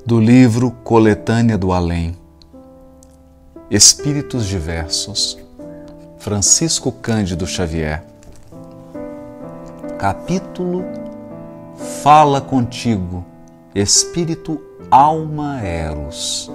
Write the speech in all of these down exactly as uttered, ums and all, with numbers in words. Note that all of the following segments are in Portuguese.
Do livro Coletânea do Além, Espíritos Diversos, Francisco Cândido Xavier. Capítulo Fala contigo, Espírito Alma Eros.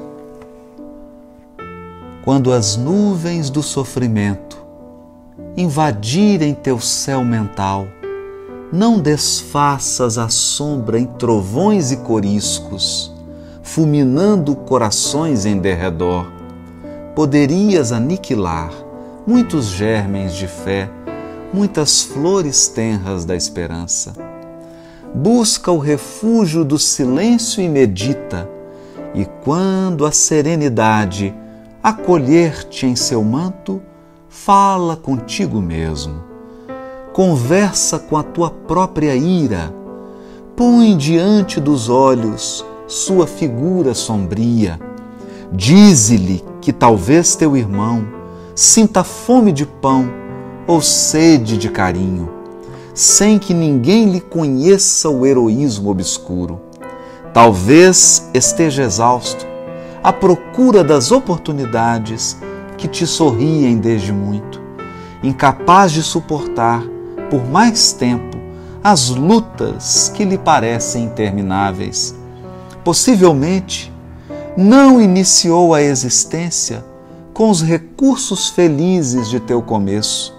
Quando as nuvens do sofrimento invadirem teu céu mental, não desfaças a sombra em trovões e coriscos, fulminando corações em derredor. Poderias aniquilar muitos germens de fé, muitas flores tenras da esperança. Busca o refúgio do silêncio e medita, e quando a serenidade acolher-te em seu manto, fala contigo mesmo. Conversa com a tua própria ira, põe diante dos olhos sua figura sombria. Dize-lhe que talvez teu irmão sinta fome de pão ou sede de carinho, sem que ninguém lhe conheça o heroísmo obscuro. Talvez esteja exausto, à procura das oportunidades que te sorriem desde muito, incapaz de suportar por mais tempo as lutas que lhe parecem intermináveis. Possivelmente, não iniciou a existência com os recursos felizes de teu começo,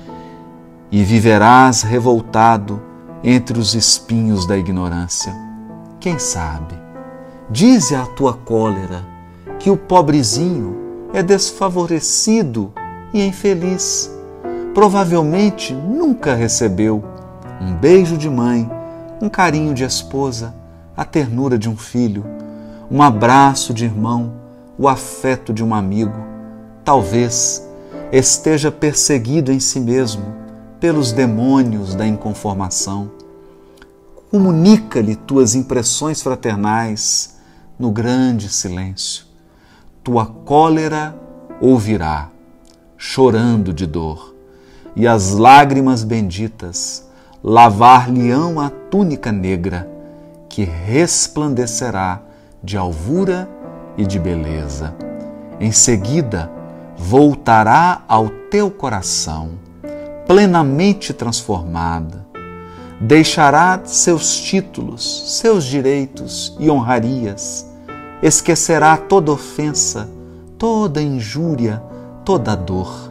e viverás revoltado entre os espinhos da ignorância. Quem sabe, dize à tua cólera que o pobrezinho é desfavorecido e infeliz. Provavelmente nunca recebeu um beijo de mãe, um carinho de esposa, a ternura de um filho, um abraço de irmão, o afeto de um amigo. Talvez esteja perseguido em si mesmo pelos demônios da inconformação. Comunica-lhe tuas impressões fraternais no grande silêncio. Tua cólera ouvirá, chorando de dor, e as lágrimas benditas lavar-lhe-ão a túnica negra, que resplandecerá de alvura e de beleza. Em seguida, voltará ao teu coração, plenamente transformada. Deixará seus títulos, seus direitos e honrarias. Esquecerá toda ofensa, toda injúria, toda dor.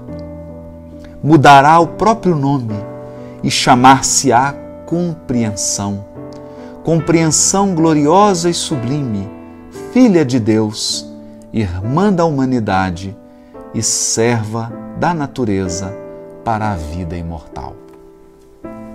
Mudará o próprio nome e chamar-se-á compreensão. Compreensão gloriosa e sublime, filha de Deus, irmã da humanidade e serva da natureza para a vida imortal.